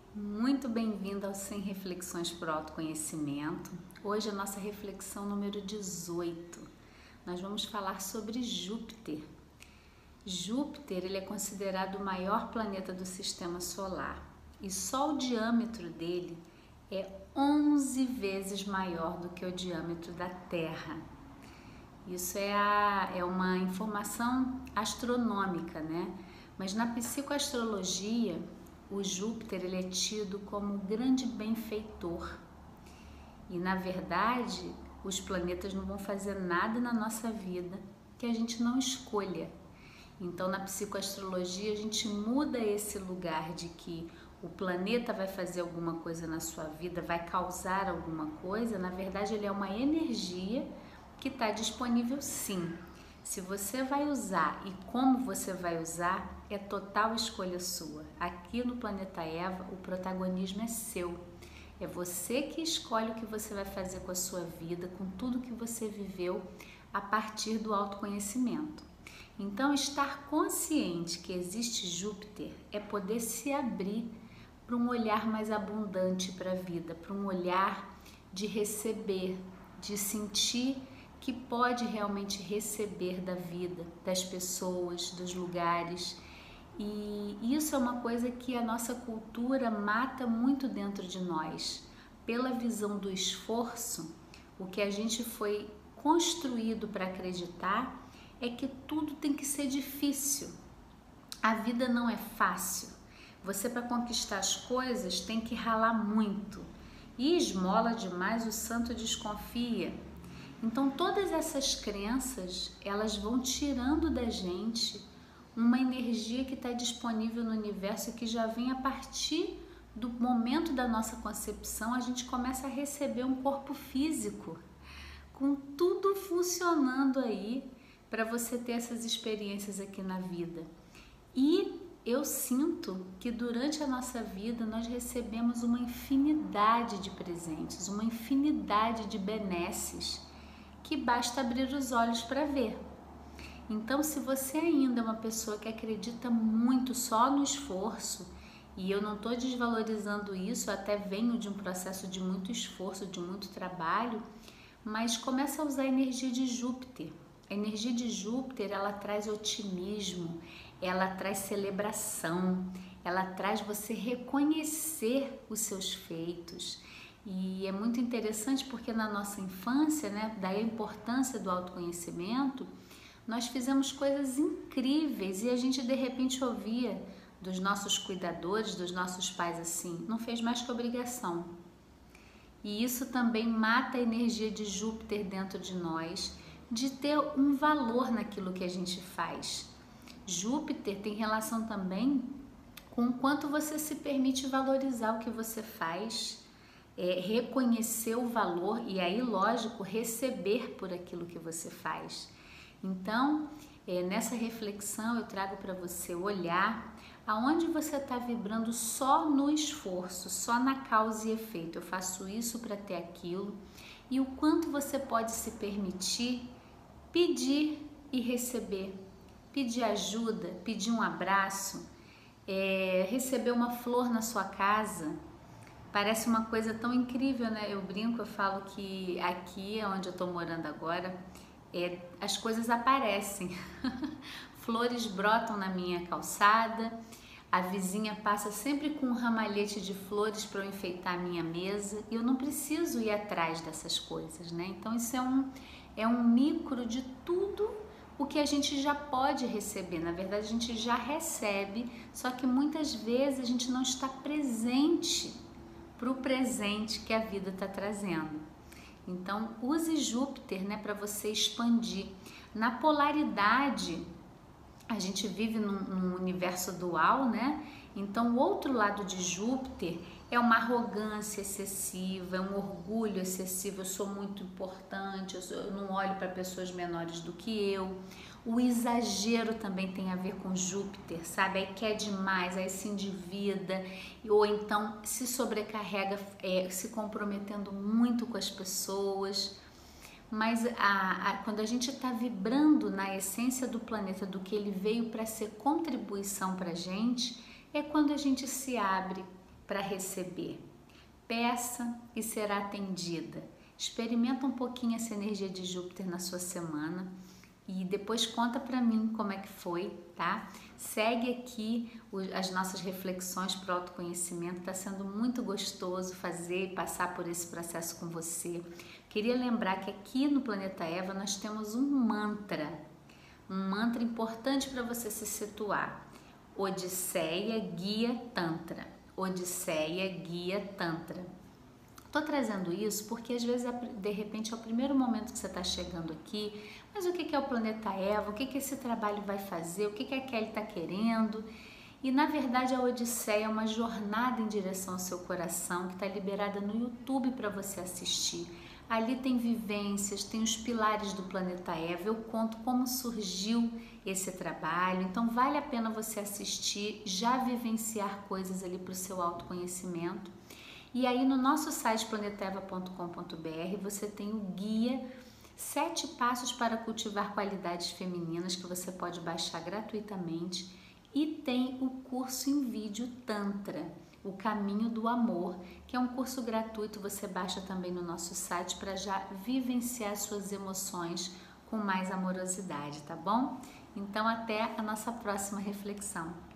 Muito bem-vindo ao 100 Reflexões por Autoconhecimento. Hoje a nossa reflexão número 18. Nós vamos falar sobre Júpiter. Júpiter ele é considerado o maior planeta do Sistema Solar e só o diâmetro dele é 11 vezes maior do que o diâmetro da Terra. Isso é uma informação astronômica, né? Mas na psicoastrologia, o Júpiter ele é tido como um grande benfeitor. E na verdade, os planetas não vão fazer nada na nossa vida que a gente não escolha. Então, na psicoastrologia, a gente muda esse lugar de que o planeta vai fazer alguma coisa na sua vida, vai causar alguma coisa. Na verdade, ele é uma energia que está disponível sim. Se você vai usar e como você vai usar, é total escolha sua. Aqui no Planeta Eva, o protagonismo é seu. É você que escolhe o que você vai fazer com a sua vida, com tudo que você viveu a partir do autoconhecimento. Então, estar consciente que existe Júpiter é poder se abrir para um olhar mais abundante para a vida, para um olhar de receber, de sentir que pode realmente receber da vida, das pessoas, dos lugares. E isso é uma coisa que a nossa cultura mata muito dentro de nós. Pela visão do esforço, o que a gente foi construído para acreditar é que tudo tem que ser difícil. A vida não é fácil. Você, para conquistar as coisas, tem que ralar muito. E esmola demais, o santo desconfia. Então, todas essas crenças, elas vão tirando da gente uma energia que está disponível no universo e que já vem a partir do momento da nossa concepção, a gente começa a receber um corpo físico, com tudo funcionando aí para você ter essas experiências aqui na vida. E eu sinto que durante a nossa vida nós recebemos uma infinidade de presentes, uma infinidade de benesses, que basta abrir os olhos para ver. Então, se você ainda é uma pessoa que acredita muito só no esforço, e eu não estou desvalorizando isso, eu até venho de um processo de muito esforço, de muito trabalho, mas começa a usar a energia de Júpiter. A energia de Júpiter, ela traz otimismo, ela traz celebração, ela traz você reconhecer os seus feitos. E é muito interessante porque na nossa infância, né, daí a importância do autoconhecimento, nós fizemos coisas incríveis e a gente de repente ouvia dos nossos cuidadores, dos nossos pais assim, não fez mais que obrigação. E isso também mata a energia de Júpiter dentro de nós, de ter um valor naquilo que a gente faz. Júpiter tem relação também com o quanto você se permite valorizar o que você faz, reconhecer o valor e aí, lógico, receber por aquilo que você faz. Então, nessa reflexão eu trago para você olhar aonde você está vibrando só no esforço, só na causa e efeito. Eu faço isso para ter aquilo e o quanto você pode se permitir pedir e receber, pedir ajuda, pedir um abraço, receber uma flor na sua casa. Parece uma coisa tão incrível, né? Eu brinco, eu falo que aqui onde eu tô morando agora, as coisas aparecem. Flores brotam na minha calçada, a vizinha passa sempre com um ramalhete de flores para eu enfeitar a minha mesa e eu não preciso ir atrás dessas coisas, né? Então isso é um micro de tudo o que a gente já pode receber. Na verdade, a gente já recebe, só que muitas vezes a gente não está presente para o presente que a vida está trazendo. Então, use Júpiter, né, para você expandir. Na polaridade, a gente vive num universo dual, né? Então, o outro lado de Júpiter é uma arrogância excessiva, é um orgulho excessivo, eu sou muito importante, eu não olho para pessoas menores do que eu. O exagero também tem a ver com Júpiter, sabe? Aí quer demais, aí se endivida, ou então se sobrecarrega, se comprometendo muito com as pessoas. Mas quando a gente está vibrando na essência do planeta, do que ele veio para ser contribuição para a gente, é quando a gente se abre para receber. Peça e será atendida. Experimenta um pouquinho essa energia de Júpiter na sua semana e depois conta para mim como é que foi, tá? Segue aqui as nossas reflexões para o autoconhecimento, tá sendo muito gostoso fazer e passar por esse processo com você. Queria lembrar que aqui no Planeta Eva nós temos um mantra importante para você se situar. Odisseia Guia Tantra. Odisseia Guia Tantra. Tô trazendo isso porque às vezes, de repente, é o primeiro momento que você está chegando aqui, mas o que é o Planeta Eva? O que esse trabalho vai fazer? O que a Kelly está querendo? E na verdade a Odisseia é uma jornada em direção ao seu coração que está liberada no YouTube para você assistir. Ali tem vivências, tem os pilares do Planeta Eva, eu conto como surgiu esse trabalho, então vale a pena você assistir, já vivenciar coisas ali para o seu autoconhecimento. E aí no nosso site planeteva.com.br você tem o guia 7 passos para cultivar qualidades femininas que você pode baixar gratuitamente e tem o curso em vídeo Tantra, o Caminho do Amor, que é um curso gratuito, você baixa também no nosso site para já vivenciar suas emoções com mais amorosidade, tá bom? Então até a nossa próxima reflexão.